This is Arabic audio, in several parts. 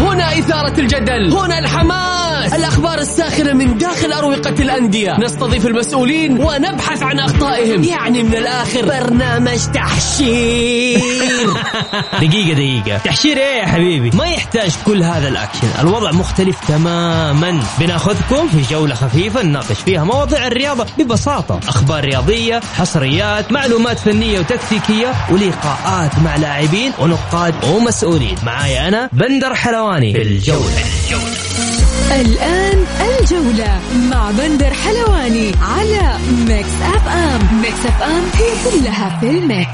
هنا إثارة الجدل، هنا الحماس، الأخبار الساخنة من داخل أروقة الأندية، نستضيف المسؤولين ونبحث عن أخطائهم. يعني من الآخر برنامج تحشير. دقيقة تحشير ايه يا حبيبي؟ ما يحتاج كل هذا الأكشن، الوضع مختلف تماما. بناخذكم في جولة خفيفة نناقش فيها مواضيع الرياضة ببساطة، أخبار رياضية، حصريات، معلومات فنية وتكتيكية، ولقاءات مع لاعبين ونقاد ومسؤولين. معايا أنا بندر حلواني في الجولة. الآن الجولة مع بندر حلواني على ميكس أف أم. ميكس أف أم هي كلها في الميكس.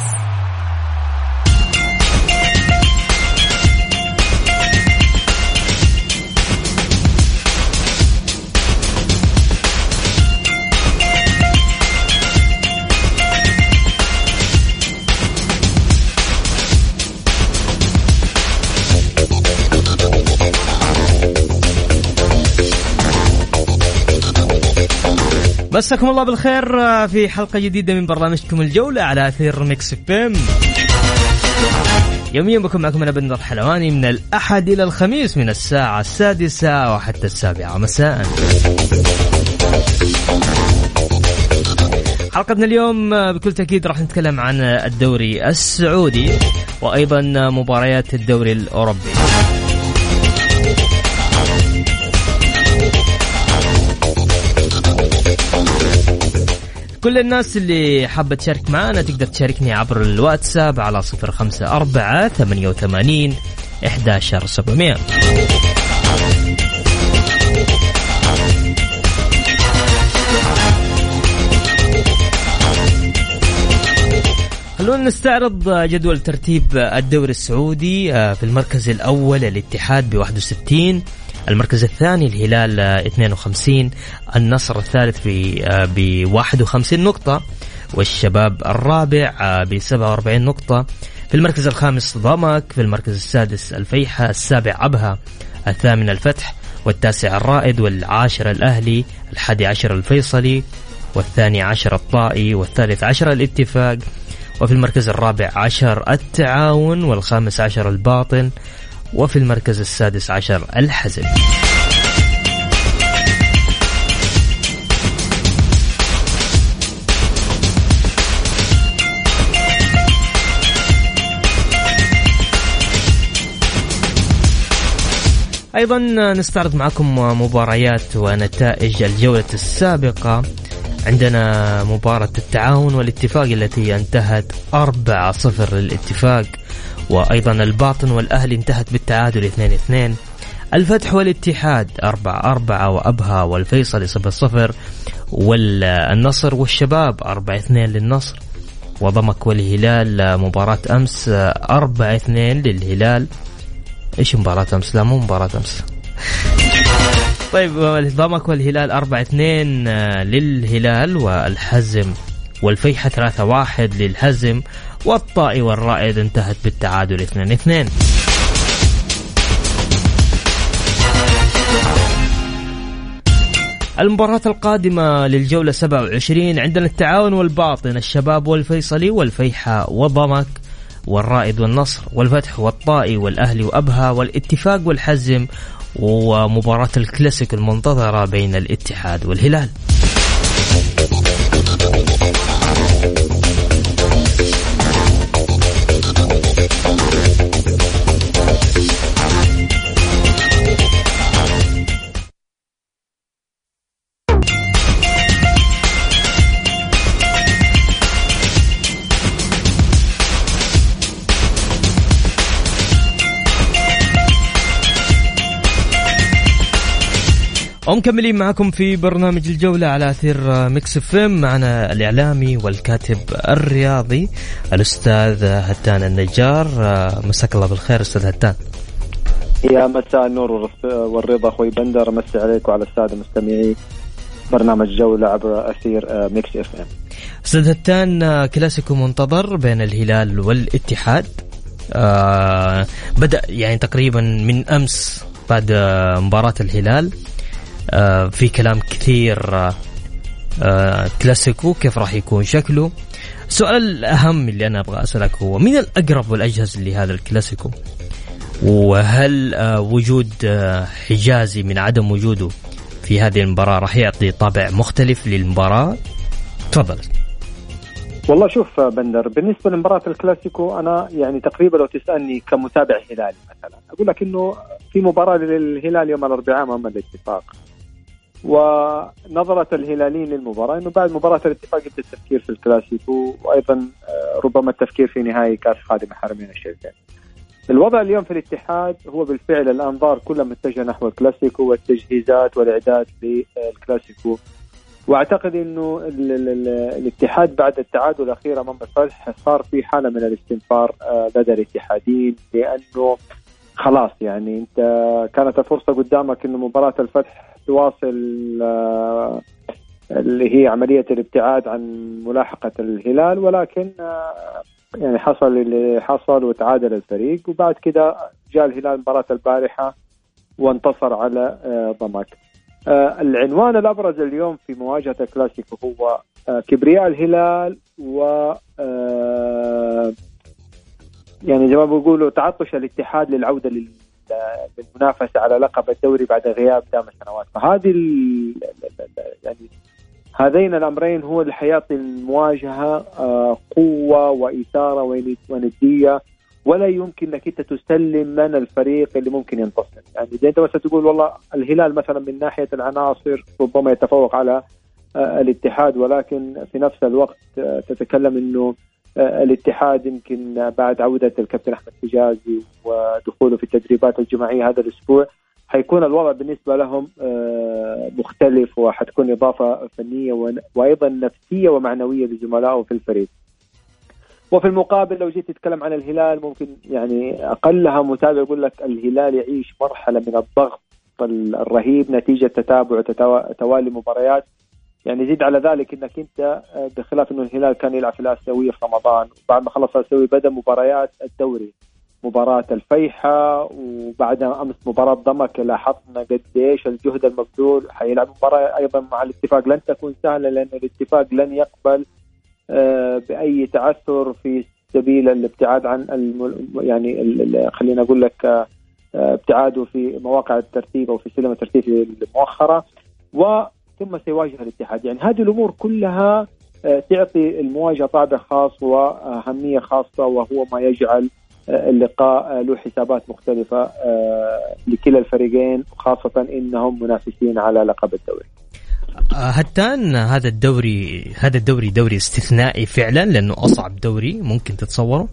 مساكم الله بالخير في حلقة جديدة من برنامجكم الجولة على أثير ميكس اف ام. يوميا بكون معكم أنا بندر حلواني من الأحد إلى الخميس من الساعة 6 وحتى 7 مساء. حلقتنا اليوم بكل تأكيد راح نتكلم عن الدوري السعودي وأيضا مباريات الدوري الأوروبي. كل الناس اللي حابة تشارك معنا تقدر تشاركني عبر الواتساب على 0548811700. خلونا نستعرض جدول ترتيب الدوري السعودي. في المركز الأول الاتحاد ب61، المركز الثاني الهلال 52، النصر الثالث ب51 نقطة، والشباب الرابع ب47 نقطة. في المركز الخامس ضمك، في المركز السادس الفيحة، السابع أبها، الثامن الفتح، والتاسع الرائد، والعاشر الأهلي، 11 الفيصلي، والثاني عشر الطائي، والثالث عشر الاتفاق، وفي المركز الرابع عشر التعاون، والخامس عشر الباطن، وفي المركز السادس عشر الحزم. أيضا نستعرض معكم مباريات ونتائج الجولة السابقة. عندنا مباراة التعاون والاتفاق التي انتهت 4-0 للاتفاق، وأيضا الباطن والأهلي انتهت بالتعادل 2-2. الفتح والاتحاد 4-4، وأبها والفيصل 0-0، والنصر والشباب 4-2 للنصر، وضمك والهلال مباراة أمس 4-2 للهلال. إيش مباراة أمس؟ لا مو مباراة أمس. طيب ضمك والهلال 4-2 للهلال، والحزم والفيحة 3-1 للحزم، والطائي والرائد انتهت بالتعادل 2-2. المباراة القادمة للجولة 27 عندنا التعاون والباطن، الشباب والفيصلي، والفيحة وضمك، والرائد والنصر، والفتح والطائي، والأهلي وأبها، والاتفاق والحزم، ومباراة الكلاسيك المنتظرة بين الاتحاد والهلال. ومكملين معكم في برنامج الجولة على أثير ميكس اف ام. معنا الإعلامي والكاتب الرياضي الأستاذ هتان النجار. مساك الله بالخير أستاذ هتان. يا مساء النور والرضا أخوي بندر، مسي عليك وعلى السادة مستمعي برنامج جولة عبر أثير ميكس اف ام. أستاذ هتان، كلاسيكو منتظر بين الهلال والاتحاد بدأ يعني تقريبا من أمس بعد مباراة الهلال. في كلام كثير كلاسيكو كيف راح يكون شكله. السؤال الأهم اللي أنا أبغى أسألك هو مين الأقرب والأجهز لهذا الكلاسيكو؟ وهل وجود حجازي من عدم وجوده في هذه المباراة راح يعطي طابع مختلف للمباراة؟ تفضل. والله شوف بندر، بالنسبة لمباراة الكلاسيكو أنا يعني تقريبا لو تسألني كمتابع هلالي مثلا أقول لك إنه في مباراة للهلال يوم الأربعاء أمام الاتفاق، ونظرة الهلاليين للمباراة إنه بعد مباراة الاتفاق يبدأ التفكير في الكلاسيكو، وأيضا ربما التفكير في نهائي كأس خادم الحرمين الشريفين. الوضع اليوم في الاتحاد هو بالفعل الأنظار كلها متجهة نحو الكلاسيكو والتجهيزات والإعداد للكلاسيكو، واعتقد انه الاتحاد بعد التعادل الاخير امام الفتح صار في حاله من الاستنفار لدى الاتحادين، لانه خلاص يعني انت كانت الفرصه قدامك انه مباراه الفتح تواصل اللي هي عمليه الابتعاد عن ملاحقه الهلال، ولكن يعني حصل اللي حصل وتعادل الفريق، وبعد كده جاء الهلال مباراه البارحه وانتصر على ضمك. العنوان الأبرز اليوم في مواجهة الكلاسيكو هو كبرياء الهلال و يعني زي ما بيقولوا تعطش الاتحاد للعودة للمنافسة على لقب الدوري بعد غياب 8 سنوات. فهذه يعني هذين الأمرين هو اللي حيعطي المواجهة قوة وإثارة وندية، ولا يمكن انك انت تسلم من الفريق اللي ممكن ينتصر. يعني زي انت مثلا تقول والله الهلال مثلا من ناحيه العناصر ربما يتفوق على الاتحاد، ولكن في نفس الوقت تتكلم انه الاتحاد يمكن بعد عوده الكابتن احمد حجازي ودخوله في التدريبات الجماعيه هذا الاسبوع حيكون الوضع بالنسبه لهم مختلف، وحتكون اضافه فنيه وايضا نفسيه ومعنويه لزملائه في الفريق. وفي المقابل لو جيت تتكلم عن الهلال ممكن يعني أقلها متابع يقول لك الهلال يعيش مرحلة من الضغط الرهيب نتيجة تتابع توالي مباريات. يعني زيد على ذلك انك انت بخلاف انه الهلال كان يلعب في الآسيوية في رمضان، وبعد ما خلص الآسيوية بدأ مباريات الدوري، مباراة الفيحة وبعدها أمس مباراة ضمك. لاحظنا قديش الجهد المبذول. حيلعب مباراة أيضا مع الاتفاق لن تكون سهلة، لأن الاتفاق لن يقبل بأي تعثر في سبيل الابتعاد عن يعني خلينا أقول لك ابتعاده في مواقع الترتيب أو في سلم الترتيب المؤخرة، وثم سيواجه الاتحاد. يعني هذه الأمور كلها تعطي المواجهة طابع خاص وأهمية خاصة، وهو ما يجعل اللقاء له حسابات مختلفة لكلا الفريقين، خاصة إنهم منافسين على لقب الدوري. هتان هذا الدوري دوري استثنائي فعلا، لأنه أصعب دوري ممكن تتصوره.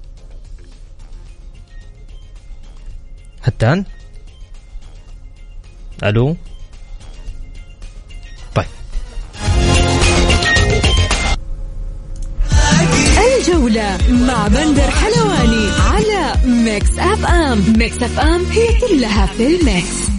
هتان ألو طيب. الجولة مع بندر حلواني على ميكس أف أم. ميكس أف أم هي كلها في الميكس.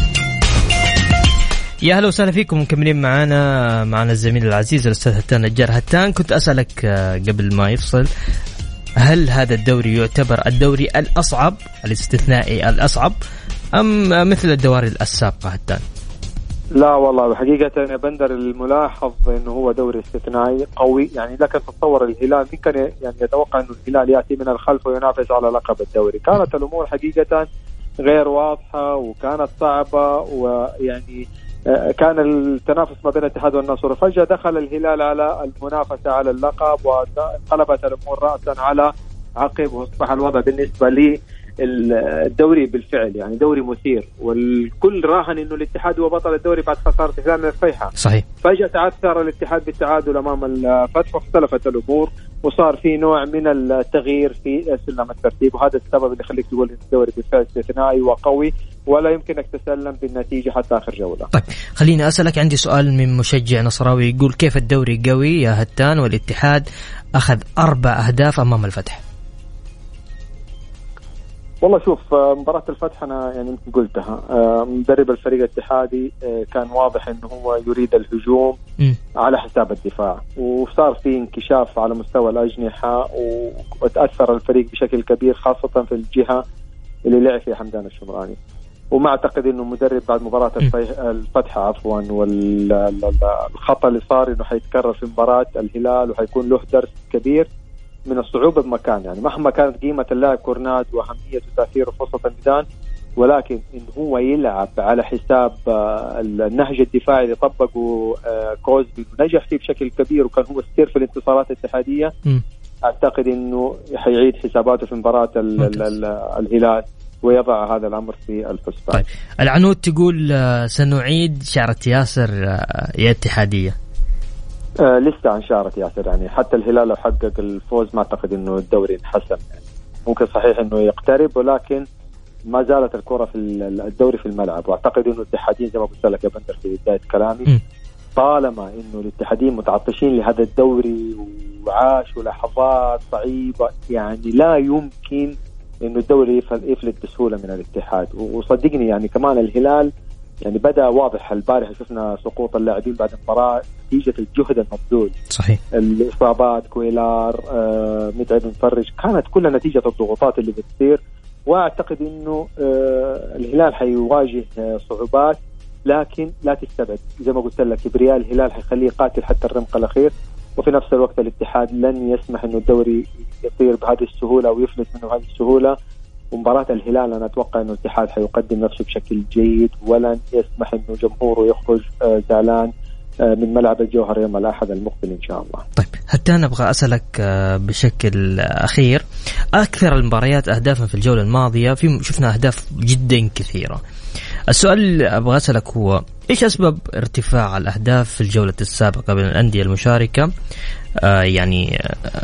يا هلا وسهلا فيكم، مكملين معنا الزميل العزيز الأستاذ هتان نجار. هتان كنت أسألك قبل ما يفصل، هل هذا الدوري يعتبر الدوري الأصعب الاستثنائي الأصعب أم مثل الدواري السابقة هتان؟ لا والله حقيقة يا بندر الملاحظ إنه هو دوري استثنائي قوي. يعني لكن تتصور الهلال مين كان يعني يتوقع إنه الهلال يأتي من الخلف وينافس على لقب الدوري؟ كانت الأمور حقيقة غير واضحة وكانت صعبة، ويعني كان التنافس ما بين الاتحاد والنصر. فجأة دخل الهلال على المنافسة على اللقب وانقلبت الأمور رأسا على عقب، واصبح الوضع بالنسبة لي الدوري بالفعل يعني دوري مثير، والكل راهن انه الاتحاد هو بطل الدوري بعد خسارة الهلال من الفيحة. صحيح. فجأة تعثر الاتحاد بالتعادل امام الفتح واختلفت الامور، وصار في نوع من التغيير في سلم الترتيب، وهذا السبب اللي يخليك تقول ان الدوري بالفعل استثنائي وقوي ولا يمكنك تسلم بالنتيجة حتى آخر جولة. طيب خليني أسألك، عندي سؤال من مشجع نصراوي يقول كيف الدوري قوي يا هتان والاتحاد أخذ 4 أهداف أمام الفتح؟ والله شوف، مباراة الفتح أنا يعني يمكن قلتها، مدرب الفريق الاتحادي كان واضح إنه هو يريد الهجوم على حساب الدفاع، وصار في انكشاف على مستوى الأجنحة وتأثر الفريق بشكل كبير، خاصة في الجهة اللي لعب فيها حمدان الشمراني. وما أعتقد إنه مدرب بعد مباراة الفتح والخطأ اللي صار إنه حيتكرر في مباراة الهلال وحيكون له درس كبير. من الصعوبة بمكان، يعني مهما كانت قيمة اللاعب كورناد وأهمية وتأثيره في وسط الميدان، ولكن إن هو يلعب على حساب النهج الدفاعي اللي طبقه كوزبي ونجح فيه بشكل كبير وكان هو السير في الانتصارات الاتحادية، أعتقد إنه حيعيد حساباته في مباراة الهلال ويضع هذا الأمر في الحسبان. طيب العنود تقول سنعيد شعرة ياسر يا اتحادية. لسه عن شعرة ياسر، يعني حتى الهلال لو حقق الفوز ما أعتقد إنه الدوري انحسم، يعني ممكن صحيح إنه يقترب ولكن ما زالت الكرة في الدوري في الملعب. واعتقد انه الاتحادين زي ما قلت لك يا بندر في بداية كلامي، طالما انه الاتحادين متعطشين لهذا الدوري وعاشوا لحظات صعيبة، يعني لا يمكن انه الدوري يفلت بسهولة من الاتحاد. وصدقني يعني كمان الهلال يعني بدأ واضح، البارحة شفنا سقوط اللاعبين بعد المباراة نتيجة الجهد المبذول. صحيح. الإصابات كويلار متعب مفرج كانت كلها نتيجة الضغوطات اللي بتصير. واعتقد انه الهلال حيواجه صعوبات، لكن لا تستبعد زي ما قلت لك كبرياء الهلال حيخليه قاتل حتى الرمق الاخير. وفي نفس الوقت الاتحاد لن يسمح انه الدوري يطير بهذه السهوله او يفلت منه بهذه السهوله. ومباراة الهلال انا اتوقع انه الاتحاد حيقدم نفسه بشكل جيد، ولن يسمح انه جمهوره يخرج زعلان من ملعب الجوهر يوم الأحد المقبل إن شاء الله. طيب حتى أنا أبغى أسألك بشكل أخير، أكثر المباريات أهدافا في الجولة الماضية شفنا أهداف جدا كثيرة. السؤال اللي أبغى أسألك هو إيش أسباب ارتفاع الأهداف في الجولة السابقة بين الأندية المشاركة يعني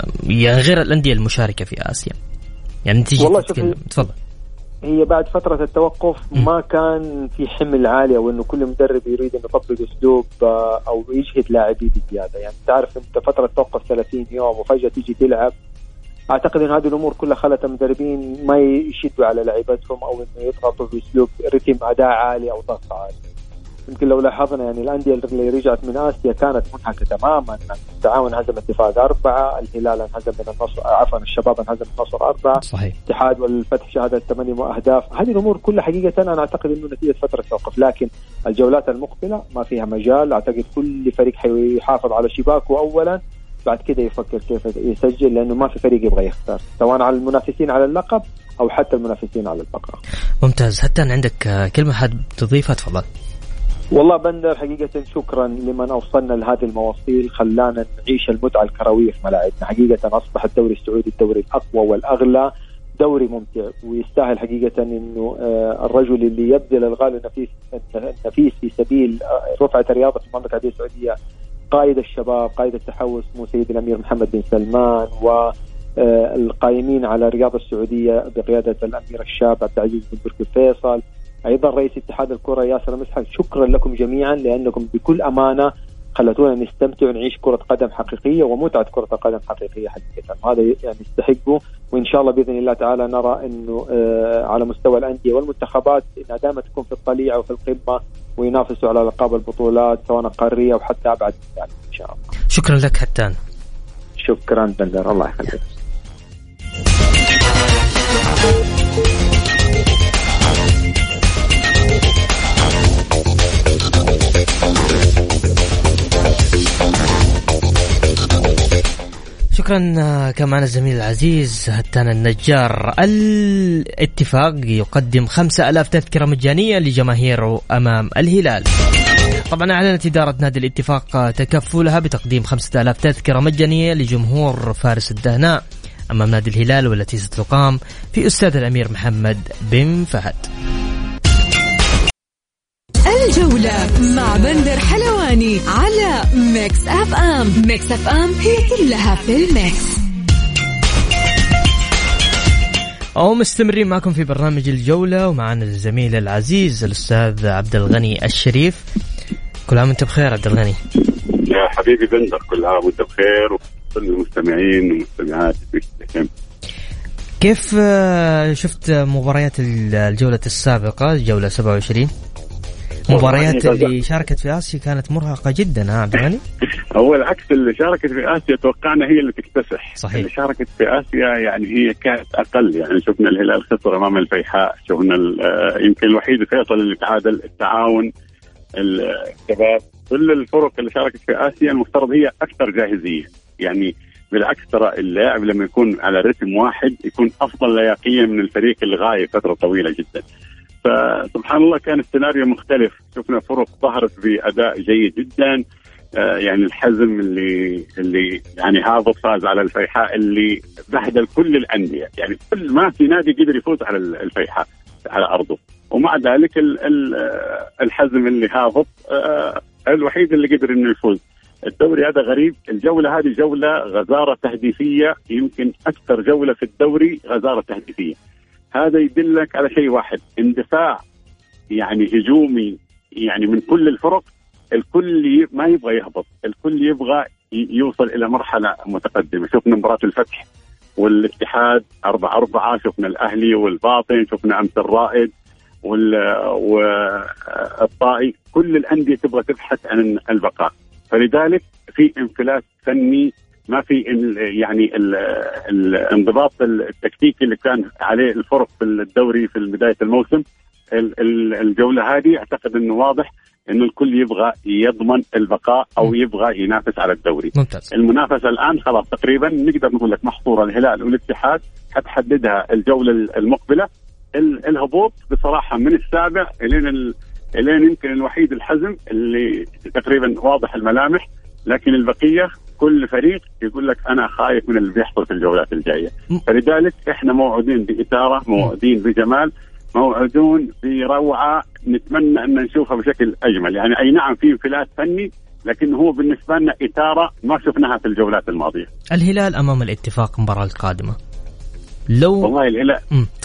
غير الأندية المشاركة في آسيا؟ يعني تيجي تفضل. هي بعد فترة التوقف ما كان في حمل عالي، أو إنه كل مدرب يريد إنه يطبق أسلوب أو يجهد لاعبيه بزيادة. يعني تعرف أنت فترة توقف 30 يوم وفجأة تيجي تلعب. أعتقد إن هذه الأمور كلها خلت المدربين ما يشدوا على لاعبتهم أو إنه يضغطوا بأسلوب رتم أداء عالي أو ضغط عالي. يمكن لو لاحظنا يعني الأندية اللي رجعت من آسيا كانت منهكة تماما. التعاون هزم اتفاق 4، الهلال انهزم من النصر، عفوا الشباب انهزم من النصر 4. صحيح. الاتحاد والفتح شهدت 8 أهداف. هذه الأمور كلها حقيقة أنا أعتقد إنه نتيجة فترة توقف، لكن الجولات المقبلة ما فيها مجال. أعتقد كل فريق حيحافظ على شباكه أولا، بعد كده يفكر كيف يسجل، لأنه ما في فريق يبغى يختار سواء على المنافسين على اللقب أو حتى المنافسين على البقاء. ممتاز. حتى عندك كلمة حد تضيفها؟ تفضل. والله بندر حقيقة شكرا لمن أوصلنا لهذه المواصيل، خلانا نعيش المتعة الكروية في ملاعبنا. حقيقة أصبح الدوري السعودي الدوري الأقوى والأغلى، دوري ممتع ويستاهل حقيقة إنه الرجل اللي يبذل الغالي النفيس في سبيل رفعة الرياضة في المملكة العربية السعودية، قائد الشباب، قائد التحول سمو سيد الأمير محمد بن سلمان، والقائمين على الرياضة السعودية بقيادة الأمير الشاب عبد العزيز بن تركي فيصل، أيضا رئيس اتحاد الكرة ياسر مسحل. شكرا لكم جميعا لأنكم بكل أمانة خلتونا نستمتع ونعيش كرة قدم حقيقية ومتعة كرة قدم حقيقية حقيقة. هذا يعني يستحقه، وإن شاء الله بإذن الله تعالى نرى أنه على مستوى الأندية والمنتخبات إنها دائما تكون في الطليعة وفي القمة وينافسوا على لقب البطولات سواء قارية وحتى أبعد من ذلك إن شاء الله. شكرا لك حتى. شكرا بندر، الله يخليك. شكرا. كمان الزميل العزيز هتان النجار. الاتفاق يقدم 5000 تذكرة مجانية لجماهيره أمام الهلال. طبعا أعلنت إدارة نادي الاتفاق تكفلها بتقديم 5000 تذكرة مجانية لجمهور فارس الدهناء أمام نادي الهلال، والتي ستقام في أستاذ الأمير محمد بن فهد. الجولة مع بندر حلواني على ميكس أف أم. ميكس أف أم هي كلها في الميكس. مستمرين معكم في برنامج الجولة، ومعنا الزميل العزيز الأستاذ عبد الغني الشريف. كل عام وانت بخير عبد الغني. يا حبيبي بندر، كل عام وانت بخير وكل المستمعين والمستمعات. كيف شفت مباريات الجولة السابقة، الجولة 27؟ مباريات اللي شاركت في آسيا كانت مرهقة جدا عبد الغني. أول عكس اللي شاركت في آسيا توقعنا هي اللي تكتسح. صحيح. اللي شاركت في آسيا يعني هي كانت أقل. يعني شفنا الهلال خسر أمام الفيحاء، شفنا يمكن الوحيد فيصل اللي تعادل، التعاون، الشباب. كل الفرق اللي شاركت في آسيا المفترض هي أكثر جاهزية. يعني بالعكس ترى اللاعب لما يكون على رتم واحد يكون أفضل لياقيا من الفريق اللي غايب فترة طويلة جدا. فسبحان الله كان السيناريو مختلف، شفنا فرق ظهرت بأداء جيد جدا. يعني الحزم اللي يعني هابط فاز على الفيحاء اللي بهدل كل الأندية، يعني كل ما في نادي قدر يفوز على الفيحاء على أرضه، ومع ذلك الحزم اللي هابط الوحيد اللي قدر إنه يفوز. الدوري هذا غريب، الجولة هذه جولة غزارة تهديفية، يمكن أكثر جولة في الدوري غزارة تهديفية. هذا يدلك على شيء واحد، اندفاع يعني هجومي يعني من كل الفرق. الكل ما يبغى يهبط، الكل يبغى يوصل إلى مرحلة متقدمة. شفنا مباراة الفتح والاتحاد 4-4، شفنا الأهلي والباطن، شفنا أمس الرائد والطائي. كل الأندية تبغى تبحث عن البقاء، فلذلك في انفلات فني، ما في يعني الانضباط التكتيكي اللي كان عليه الفرق في الدوري في بداية الموسم. الجولة هذه أعتقد أنه واضح أنه الكل يبغى يضمن البقاء أو يبغى ينافس على الدوري. ممتاز. المنافسة الآن خلاص تقريبا نقدر نقول لك محصورة، الهلال والاتحاد حتحددها الجولة المقبلة. الهبوط بصراحة من السابع إلين يمكن الوحيد الحزم اللي تقريبا واضح الملامح، لكن البقية كل فريق يقول لك أنا خايف من اللي بيحصل في الجولات الجاية. فلذلك إحنا موعودين بإثارة، موعودين بجمال، موعدون بروعة، نتمنى أن نشوفها بشكل أجمل. يعني أي نعم في انفلات فني، لكن هو بالنسبة لنا إثارة ما شفناها في الجولات الماضية. الهلال أمام الاتفاق المباراة القادمة، لو والله الهلال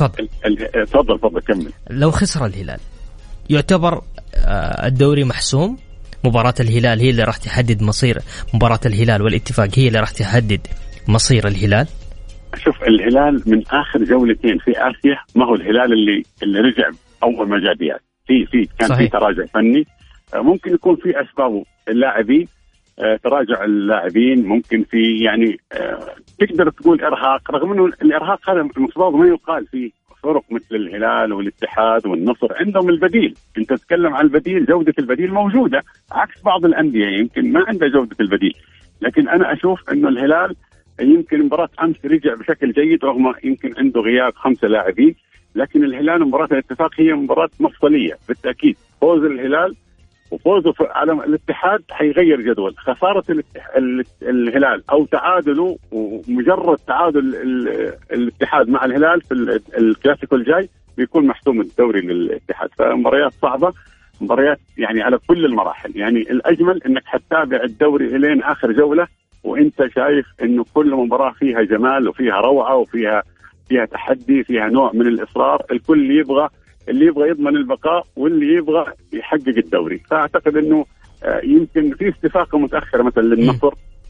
تفضل كمل. لو خسر الهلال يعتبر الدوري محسوم؟ مباراة الهلال هي اللي راح تحدد مصير مباراة الهلال والاتفاق، هي اللي راح تحدد مصير الهلال. شوف الهلال من آخر جولتين في آسيا ما هو الهلال اللي رجع أول ما جاء دياز. كان صحيح. في تراجع فني، ممكن يكون في أسبابه اللاعبين، تراجع اللاعبين، ممكن في يعني تقدر تقول إرهاق، رغم إنه الإرهاق هذا المفروض ما يقال فيه. فرق مثل الهلال والاتحاد والنصر عندهم البديل، انت تتكلم عن البديل، جودة البديل موجودة، عكس بعض الأندية يمكن ما عندها جودة البديل. لكن أنا أشوف إنه الهلال يمكن مباراة أمس رجع بشكل جيد رغم يمكن عنده غياب 5 لاعبين، لكن الهلال مباراة الاتفاق هي مباراة مفصلية بالتأكيد. فوز الهلال وفوزه على الاتحاد حيغير جدول. خسارة الهلال أو تعادله، ومجرد تعادل الاتحاد مع الهلال في الكلاسيكو الجاي بيكون محسوم الدوري للاتحاد. فمباريات صعبة، مباريات يعني على كل المراحل. يعني الأجمل أنك حتتابع الدوري إلين آخر جولة وأنت شايف أنه كل مباراة فيها جمال وفيها روعة وفيها تحدي، فيها نوع من الإصرار. الكل اللي يبغى يضمن البقاء واللي يبغى يحقق الدوري. فأعتقد أنه يمكن في استفاقة متأخرة مثلا للنصر،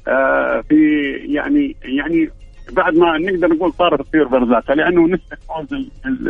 في يعني بعد ما نقدر نقول طارت الطيور برزاقها، لأنه نسبة فوز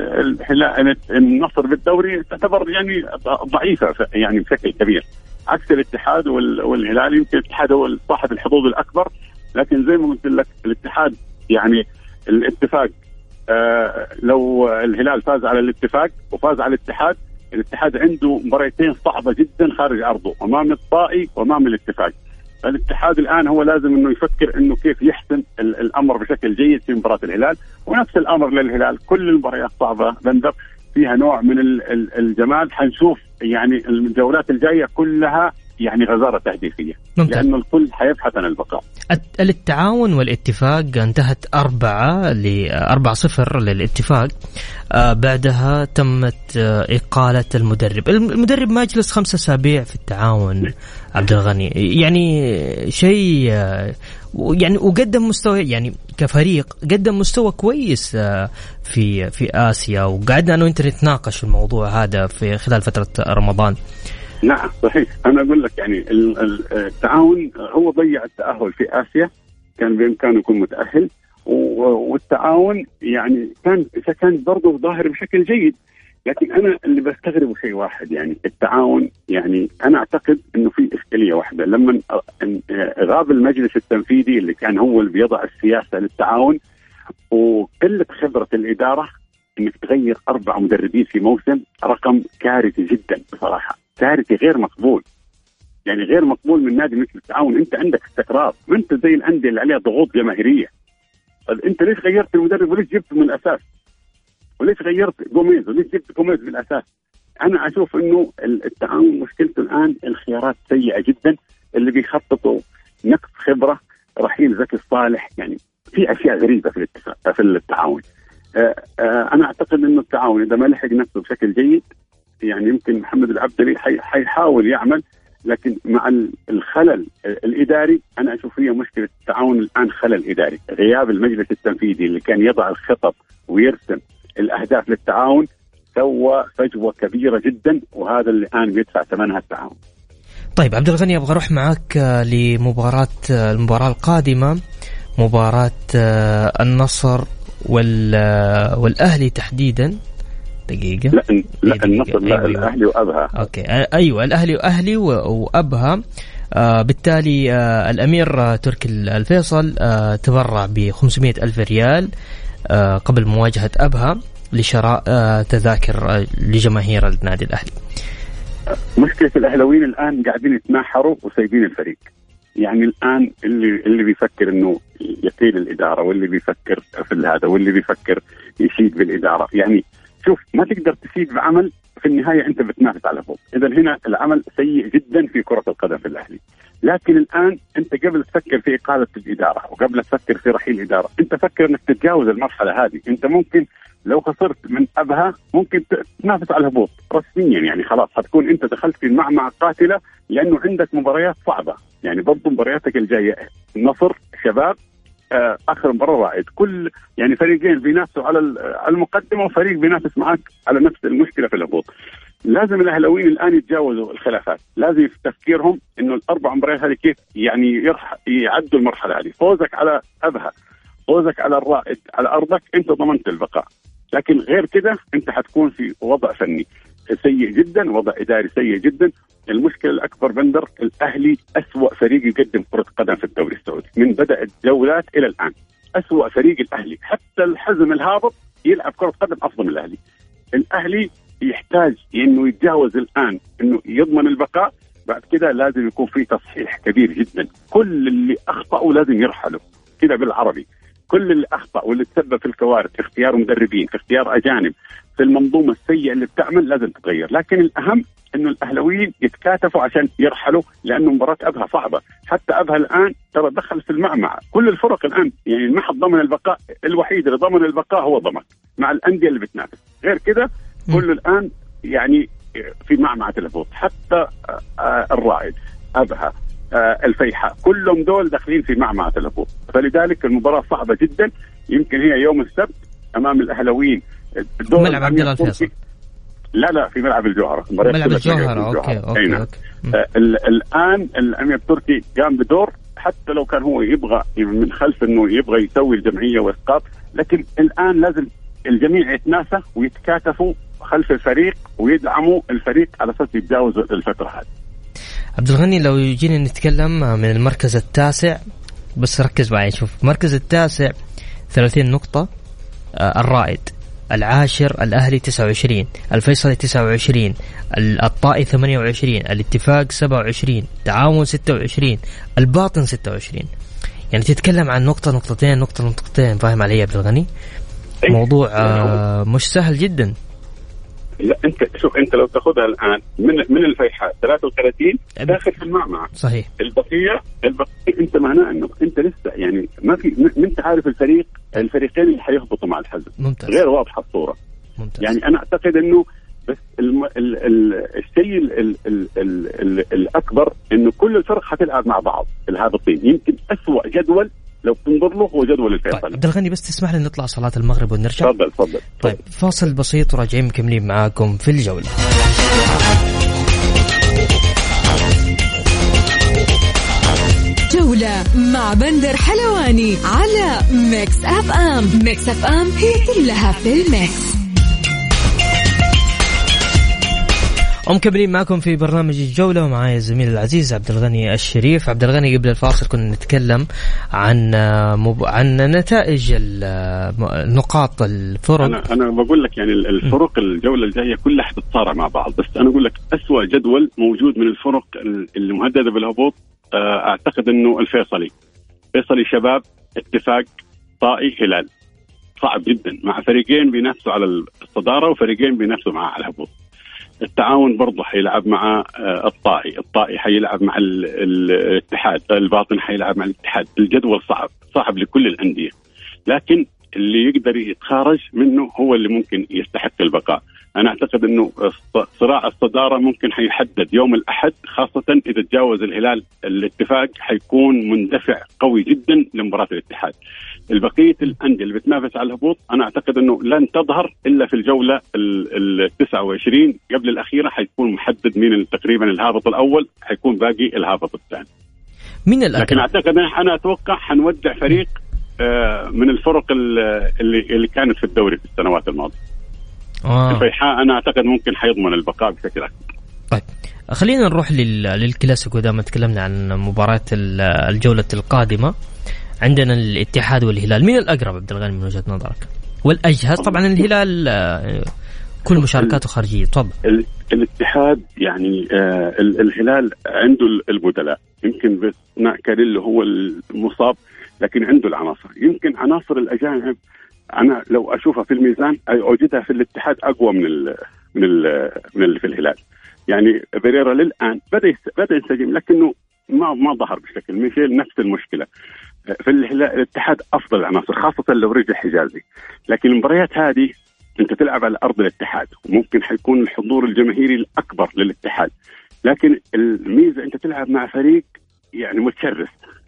النصر بالدوري تعتبر يعني ضعيفة يعني بشكل كبير، عكس الاتحاد والهلال. يمكن الاتحاد هو صاحب الحظوظ الأكبر، لكن زي ما قلت لك الاتحاد يعني الاتفاق لو الهلال فاز على الاتفاق وفاز على الاتحاد عنده مباراتين صعبة جدا خارج أرضه، أمام الطائي وأمام الاتفاق. الاتحاد الآن هو لازم أنه يفكر أنه كيف يحسن الأمر بشكل جيد في مباراة الهلال، ونفس الأمر للهلال. كل المباريات صعبة بندر فيها نوع من الجمال. حنشوف يعني الجولات الجاية كلها يعني غزارة تهديفية، لأنه الكل حيبحث عن البقاء. التعاون والاتفاق انتهت 4-0 للاتفاق. بعدها تمت إقالة المدرب ما جلس 5 أسابيع في التعاون. عبد الغني يعني شيء يعني، وقدم مستوى يعني كفريق قدم مستوى كويس في آسيا، وقعدنا أنا وأنت نتناقش الموضوع هذا في خلال فترة رمضان. نعم صحيح. أنا أقول لك يعني التعاون هو ضيع التأهل في آسيا، كان بإمكانه يكون متأهل، والتعاون يعني كان برضه ظاهر بشكل جيد. لكن أنا اللي بستغربه شيء واحد، يعني التعاون يعني أنا أعتقد إنه في إشكالية واحدة. لما غاب المجلس التنفيذي اللي كان هو اللي بيضع السياسة للتعاون، وقلة خبرة الإدارة، إنك تغير 4 مدربين في موسم رقم كارثي جدا بصراحة، كارثي غير مقبول. يعني غير مقبول من نادي مثل التعاون. انت عندك استقرار، ما انت زي الانديه اللي عليها ضغوط جماهيريه. طيب انت ليش غيرت المدرب وليش جبته من الاساس؟ وليش غيرت جوميز وليش جبت جوميز من الاساس؟ انا اشوف انه التعاون مشكلته الان الخيارات سيئه جدا، اللي بيخططوا نقص خبره، رحيل زكي الصالح، يعني في اشياء غريبه في التعاون. انا اعتقد انه التعاون اذا ما لحق نفسه بشكل جيد، يعني يمكن محمد العبدلي حيحاول يعمل، لكن مع الخلل الاداري انا اشوف هي مشكله التعاون الان خلل اداري. غياب المجلس التنفيذي اللي كان يضع الخطط ويرسم الاهداف للتعاون سوى فجوه كبيره جدا، وهذا اللي الان بيدفع ثمنها التعاون. طيب عبد الغني، ابغى اروح معك المباراه القادمه، مباراه النصر والاهلي تحديدا. دقيقه. لا النصر لا، الاهلي وابها. اوكي ايوه، الاهلي وابها. بالتالي الامير تركي الفيصل تبرع ب500,000 ريال قبل مواجهه ابها لشراء تذاكر لجماهير النادي الاهلي. مشكله الاهلاويين الان قاعدين يتناحروا وسايبين الفريق. يعني الان اللي بيفكر انه يقيل الاداره، واللي بيفكر في هذا، واللي بيفكر يشيد بالاداره. يعني شوف، ما تقدر تشيد بعمل في النهايه انت بتنافس على فوق. اذا هنا العمل سيء جدا في كره القدم في الاهلي. لكن الان انت قبل تفكر في اقاله الاداره، وقبل تفكر في رحيل الاداره، انت فكر انك تتجاوز المرحله هذه. انت ممكن لو خسرت من ابها ممكن تنافس على الهبوط رسميا، يعني خلاص حتكون انت دخلت في المعمعة قاتله، لانه عندك مباريات صعبه. يعني برضو مبارياتك الجايه النصر، شباب، اخر مباراه رائد، كل يعني فريقين بينافسوا على المقدمه، وفريق بينافس معك على نفس المشكله في الهبوط. لازم الاهلاويين الان يتجاوزوا الخلافات، لازم في تفكيرهم انه الاربع مباريات هذه كيف يعني يعدوا المرحله هذه. فوزك على ابها، فوزك على الرائد على ارضك، انت ضمنت البقاء. لكن غير كده انت حتكون في وضع فني سيء جدا، وضع اداري سيء جدا. المشكله الاكبر بندر، الاهلي اسوأ فريق يقدم كره قدم في الدوري السعودي من بدأ الجولات الى الان. اسوأ فريق الاهلي، حتى الحزم الهابط يلعب كره قدم افضل من الاهلي. الاهلي يحتاج انه يتجاوز الان، انه يضمن البقاء. بعد كده لازم يكون في تصحيح كبير جدا. كل اللي اخطأوا لازم يرحلوا كده بالعربي. كل اللي اخطأ واللي تسبب في الكوارث، في اختيار مدربين، في اختيار اجانب، في المنظومه السيئه اللي بتعمل، لازم تتغير. لكن الاهم انه الاهلاويين يتكاتفوا عشان يرحلوا، لانه مباراه ابها صعبه. حتى ابها الان ترى دخل في المعمعة. كل الفرق الان يعني ما حد ضمن البقاء، الوحيد اللي ضمن البقاء هو ضمن مع الانديه اللي بتنافس. غير كده كله الان يعني في معمعة الهبوط. حتى الرائد، ابها، الفيحاء، كلهم دول داخلين في معمعة الهبوط. فلذلك المباراة صعبة جدا. يمكن هي يوم السبت امام الاهلاويين، ملعب عبد الله الفيصل. لا في ملعب الجوهرة. ملعب الجوهرة. أوكي. الآن الأمير التركي قام بدور، حتى لو كان هو يبغى من خلف إنه يبغى يسوي الجمعية وإسقاط، لكن الآن لازم الجميع يتناسى ويتكاتفوا خلف الفريق ويدعموا الفريق على أساس يتجاوزوا الفترة هذه. عبد الغني، لو يجينا نتكلم من المركز التاسع، بس ركز معي. شوف، المركز التاسع 30 نقطة، الرائد. العاشر الأهلي 29، الفيصلي 29، الطائي 28، الاتفاق 27، تعاون 26، الباطن 26. يعني تتكلم عن نقطة نقطتين. فاهم علي يا عبد الغني؟ موضوع مش سهل جدا. لا انت شوف، انت لو تاخذها الان من الفيحاء 33 داخل في المعمعة. صحيح. البقيه انت معناه انه انت لسه يعني ما انت عارف الفريقين اللي حيهبطوا مع الحزم. ممتاز. غير واضحه الصوره. ممتاز. يعني انا اعتقد انه بس الشيء الاكبر انه كل الفرق حتلعب مع بعض الهابطين. يمكن اسوأ جدول لو تنظر له هو جدول الفيصل. طيب عبد الغني، بس تسمح لي نطلع صلاة المغرب ونرجع. تفضل. طيب فاصل بسيط وراجعين مكملين معاكم في الجولة. جولة مع بندر حلواني على ميكس أف أم. ميكس أف أم هي كلها في الميكس. ومكملين معكم في برنامج الجولة، ومعايا الزميل العزيز عبد الغني الشريف. عبد الغني، قبل الفاصل كنا نتكلم عن نتائج نقاط الفرق. أنا بقول لك يعني الفرق الجولة الجاية كلها حتتصارع مع بعض، بس أنا أقول لك أسوأ أسوأ جدول موجود من الفرق اللي مهددة بالهبوط أعتقد أنه الفيصلي شباب، اتفاق، طائي، هلال. صعب جدا مع فريقين بينافسوا على الصدارة وفريقين بينافسوا معه على الهبوط. التعاون برضه حيلعب مع الطائي حيلعب مع الاتحاد، الباطن حيلعب مع الاتحاد. الجدول صعب لكل الأندية، لكن اللي يقدر يتخارج منه هو اللي ممكن يستحق البقاء. أنا أعتقد أنه صراع الصدارة ممكن حيحدد يوم الأحد، خاصة إذا تجاوز الهلال الاتفاق حيكون مندفع قوي جدا لمباراة الاتحاد. البقية الأندية اللي بتنافس على الهبوط أنا أعتقد أنه لن تظهر إلا في الجولة 29 قبل الأخيرة، حيكون محدد مين تقريبا الهابط الأول، حيكون باقي الهابط الثاني. لكن أعتقد أنا أتوقع حنودع فريق من الفرق اللي كانت في الدوري في السنوات الماضية. الفيحاء أنا أعتقد ممكن حيضمن البقاء بشكل أكبر. طيب خلينا نروح للكلاسيكو. دام تكلمنا عن مباراة الجولة القادمة، عندنا الاتحاد والهلال، مين الأقرب عبد الغني من وجهة نظرك والأجهز؟ طبعا الهلال كل مشاركاته خارجية. طب الاتحاد يعني الهلال عنده البدلاء، يمكن باستثناء كاريلو هو المصاب، لكن عنده العناصر. يمكن عناصر الأجانب أنا لو أشوفها في الميزان أوجدها في الاتحاد أقوى من اللي في الهلال. يعني بريرا للآن بدأ ينسجم، لكنه ما ظهر بشكل. ميشيل نفس المشكلة. في الاتحاد أفضل العناصر، خاصة لو رجع حجازي. لكن المباريات هذه أنت تلعب على أرض الاتحاد، وممكن حيكون الحضور الجماهيري الأكبر للاتحاد، لكن الميزة أنت تلعب مع فريق يعني متشرس،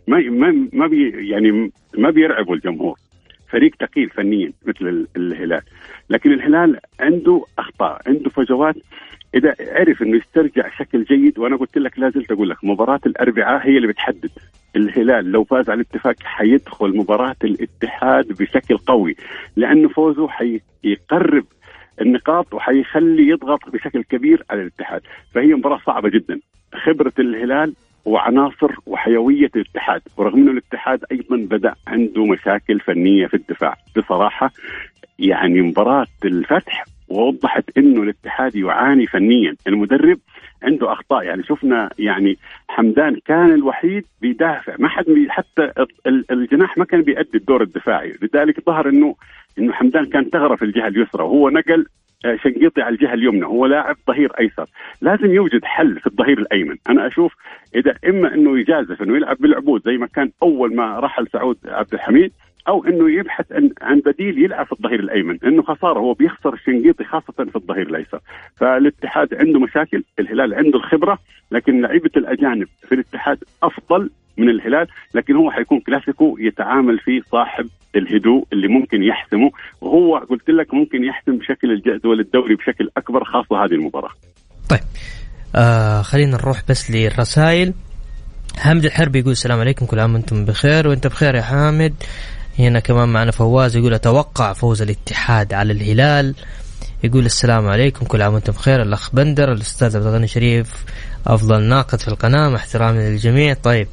ما بيرعبوا الجمهور، فريق ثقيل فنيا مثل الهلال. لكن الهلال عنده أخطاء، عنده فجوات. إذا عرف إنه يسترجع شكل جيد، وأنا قلت لك لازلت أقول لك مباراة الأربعاء هي اللي بتحدد. الهلال لو فاز على الاتفاق حيدخل مباراة الاتحاد بشكل قوي، لأنه فوزه حيقرب النقاط وحيخلي يضغط بشكل كبير على الاتحاد. فهي مباراة صعبة جدا. خبرة الهلال وعناصر وحيوية الاتحاد، ورغم أنه الاتحاد أيضا بدأ عنده مشاكل فنية في الدفاع بصراحة. يعني مباراة الفتح ووضحت أنه الاتحاد يعاني فنيا، المدرب عنده أخطاء. يعني شفنا يعني حمدان كان الوحيد بيدافع، ما حد حتى الجناح ما كان بيأدي الدور الدفاعي، لذلك ظهر أنه حمدان كان ثغرة في الجهة اليسرى، وهو نقل شنقيطي على الجهة اليمنى، هو لاعب ظهير أيسر. لازم يوجد حل في الظهير الأيمن. أنا أشوف إذا إما أنه يجازف أنه يلعب بالعبود زي ما كان أول ما رحل سعود عبد الحميد، أو أنه يبحث عن بديل يلعب في الظهير الأيمن، لأنه خسارة هو بيخسر الشنقيطي خاصة في الظهير الأيسر. فالاتحاد عنده مشاكل، الهلال عنده الخبرة، لكن لعيبة الأجانب في الاتحاد أفضل من الهلال. لكن هو حيكون كلاسيكو يتعامل فيه صاحب الهدوء اللي ممكن يحسمه، وهو قلت لك ممكن يحسم بشكل الجدول الدوري بشكل أكبر، خاصة هذه المباراة. طيب خلينا نروح بس للرسائل. حامد الحربي يقول السلام عليكم، كل عام وانتم بخير. وانت بخير يا حامد. هنا كمان معنا فواز يقول أتوقع فوز الاتحاد على الهلال. يقول السلام عليكم، كل عام وانتم بخير. الأخ بندر، الأستاذ عبد الغني شريف أفضل ناقد في القناة، مع احترامي للجميع. طيب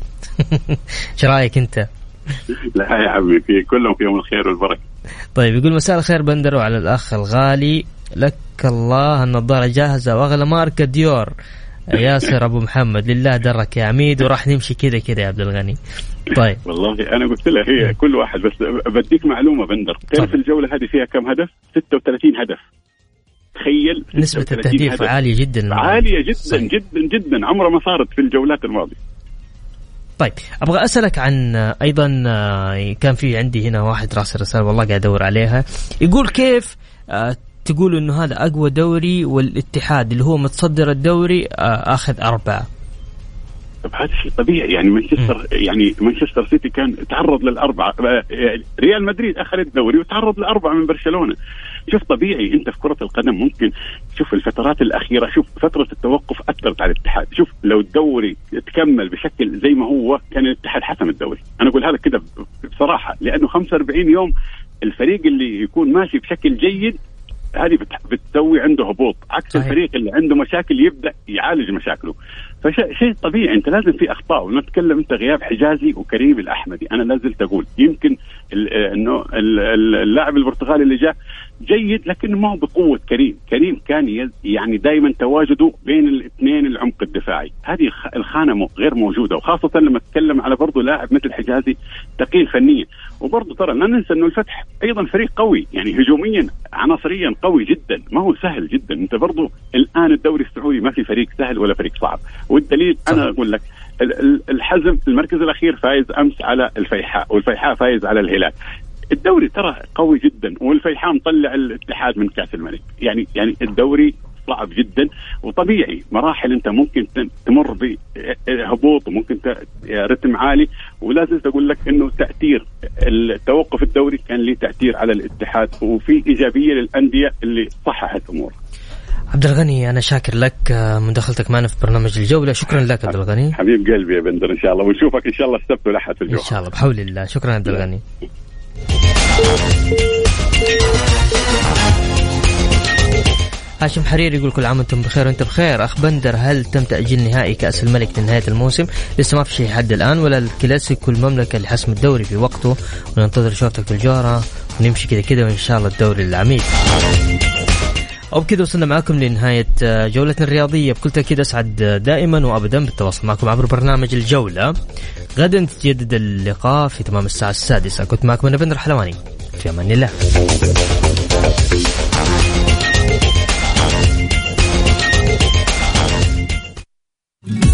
ايش رايك انت؟ لا يا حبيبي، كلهم في يوم الخير والبركة. طيب يقول مساء الخير بندر، وعلى الأخ الغالي لك الله النظارة جاهزة وأغلى ماركة ديور. ياسر أبو محمد، لله درك يا عميد، وراح نمشي كذا يا عبد الغني. طيب والله أنا قلت له هي كل واحد، بس بديك معلومة بندر، تعرف الجولة هذه فيها كم هدف؟ 36 هدف. تخيل نسبة التهديف عالية جدا، عالية جدا. صحيح. جدا جدا، عمرها ما صارت في الجولات الماضية. طيب أبغى أسألك عن أيضا، كان في عندي هنا واحد راسل رسالة والله قاعد أدور عليها، يقول كيف تقول إنه هذا أقوى دوري والاتحاد اللي هو متصدر الدوري أخذ 4؟ طب هذا شيء طبيعي. يعني مانشستر سيتي كان تعرض لل4، ريال مدريد أخذ الدوري وتعرض ل4 من برشلونة. شوف طبيعي، أنت في كرة القدم ممكن شوف الفترات الأخيرة، شوف فترة التوقف أثرت على الاتحاد. شوف لو الدوري تكمل بشكل زي ما هو كان الاتحاد حسم الدوري. أنا أقول هذا كده بصراحة، لأنه 45 يوم الفريق اللي يكون ماشي بشكل جيد هذه بتسوي عنده هبوط، عكس الفريق اللي عنده مشاكل يبدأ يعالج مشاكله. فشيء طبيعي، انت لازم في اخطاء. ونتكلم انت غياب حجازي وكريم الاحمدي، انا لازلت اقول يمكن انه اللاعب البرتغالي اللي جاء جيد لكن ما هو بقوه كريم كان يعني دائما تواجده بين الاثنين العمق الدفاعي، هذه الخانه غير موجوده. وخاصه لما تتكلم على برضه لاعب مثل حجازي ثقيل فنيا. وبرضه ترى لا ننسى انه الفتح ايضا فريق قوي، يعني هجوميا عناصريا قوي جدا، ما هو سهل جدا. انت برضه الان الدوري السعودي ما في فريق سهل ولا فريق صعب. والدليل انا اقول لك الحزم المركز الاخير فايز امس على الفيحاء، والفيحاء فايز على الهلال. الدوري ترى قوي جدا، والفيحاء مطلع الاتحاد من كاس الملك. يعني الدوري صعب جدا، وطبيعي مراحل انت ممكن تمر بهبوط وممكن رتم عالي. ولازم اقول لك انه تاثير التوقف الدوري كان له تاثير على الاتحاد، وفي ايجابيه للانديه اللي صححت امور. عبد الغني أنا شاكر لك مداخلتك معنا في برنامج الجولة، شكرا لك عبد الغني حبيب قلبي يا بندر. إن شاء الله ونشوفك إن شاء الله السبت والأحد في الجولة إن شاء الله بحول الله. شكرا عبد الغني. هاشم حرير يقول كل عام وانتم بخير. وانت بخير اخ بندر، هل تم تأجيل نهائي كأس الملك لنهاية الموسم؟ لسه ما في شيء حد الآن، ولا الكلاسيكو المملكة لحسم الدوري في وقته وننتظر شوطك الجارة ونمشي كده وإن شاء الله الدوري العميد. وبكذا وصلنا معكم لنهاية جولتنا الرياضية. بكل تأكيد أسعد دائما وأبدا بالتواصل معكم عبر برنامج الجولة. غدا تجدد اللقاء في تمام الساعة 6. كنت معكم أنا بندر حلواني، في أمان الله.